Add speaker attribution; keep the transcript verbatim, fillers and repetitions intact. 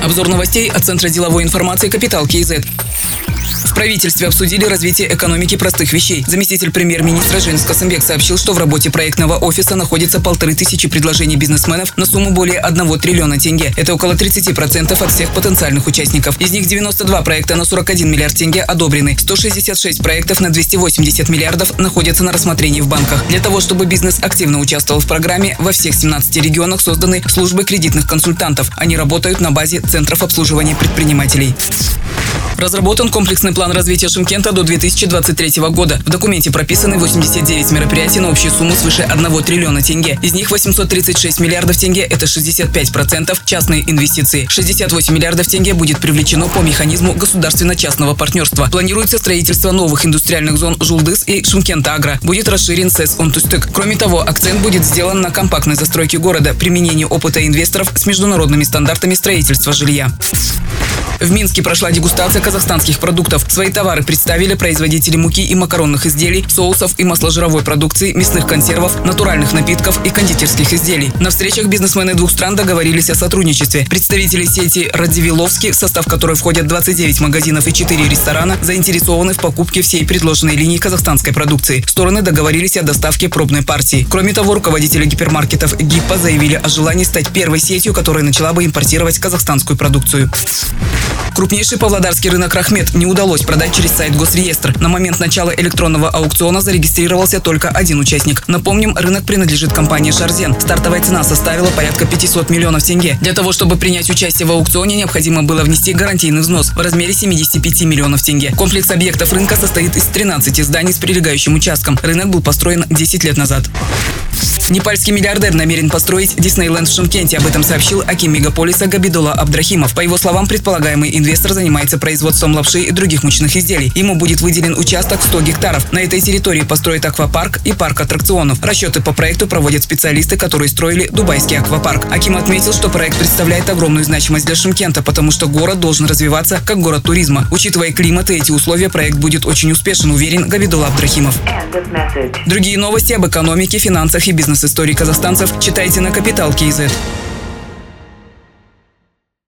Speaker 1: Обзор новостей от Центра деловой информации «Капитал КИЗ». В правительстве обсудили развитие экономики простых вещей. Заместитель премьер-министра Женис Касымбек сообщил, что в работе проектного офиса находится полторы тысячи предложений бизнесменов на сумму более одного триллиона тенге. Это около тридцати процентов от всех потенциальных участников. Из них девяносто два проекта на сорок один миллиард тенге одобрены. сто шестьдесят шесть проектов на двести восемьдесят миллиардов находятся на рассмотрении в банках. Для того, чтобы бизнес активно участвовал в программе, во всех семнадцати регионах созданы службы кредитных консультантов. Они работают на базе центров обслуживания предпринимателей. Разработан комплексный план развития Шымкента до две тысячи двадцать третьего года. В документе прописаны восемьдесят девять мероприятий на общую сумму свыше одного триллиона тенге. Из них восемьсот тридцать шесть миллиардов тенге – это шестьдесят пять процентов частные инвестиции. шестьдесят восемь миллиардов тенге будет привлечено по механизму государственно-частного партнерства. Планируется строительство новых индустриальных зон Жулдыз и Шымкент-Агро. Будет расширен СЭС Онтустык. Кроме того, акцент будет сделан на компактной застройке города, применении опыта инвесторов с международными стандартами строительства жилья. В Минске прошла дегустация казахстанских продуктов. Свои товары представили производители муки и макаронных изделий, соусов и масложировой продукции, мясных консервов, натуральных напитков и кондитерских изделий. На встречах бизнесмены двух стран договорились о сотрудничестве. Представители сети Радзивилловский, в состав которой входят двадцать девять магазинов и четыре ресторана, заинтересованы в покупке всей предложенной линии казахстанской продукции. Стороны договорились о доставке пробной партии. Кроме того, руководители гипермаркетов Гиппо заявили о желании стать первой сетью, которая начала бы импортировать казахстанскую продукцию. Крупнейший павлодарский рынок «Рахмет» не удалось продать через сайт Госреестр. На момент начала электронного аукциона зарегистрировался только один участник. Напомним, рынок принадлежит компании «Шарзен». Стартовая цена составила порядка пятисот миллионов тенге. Для того, чтобы принять участие в аукционе, необходимо было внести гарантийный взнос в размере семидесяти пяти миллионов тенге. Комплекс объектов рынка состоит из тринадцати зданий с прилегающим участком. Рынок был построен десять лет назад. Непальский миллиардер намерен построить Диснейленд в Шымкенте. Об этом сообщил аким мегаполиса Габидулла Абдрахимов. По его словам, предполагаемый инвестор занимается производством лапши и других мучных изделий. Ему будет выделен участок в сто гектаров. На этой территории построят аквапарк и парк аттракционов. Расчеты по проекту проводят специалисты, которые строили дубайский аквапарк. Аким отметил, что проект представляет огромную значимость для Шымкента, потому что город должен развиваться как город туризма. Учитывая климат и эти условия, проект будет очень успешен, уверен Габидулла Абдрахимов. Другие новости об экономике, финансах и бизнес-истории казахстанцев читайте на Капитал КИЗ.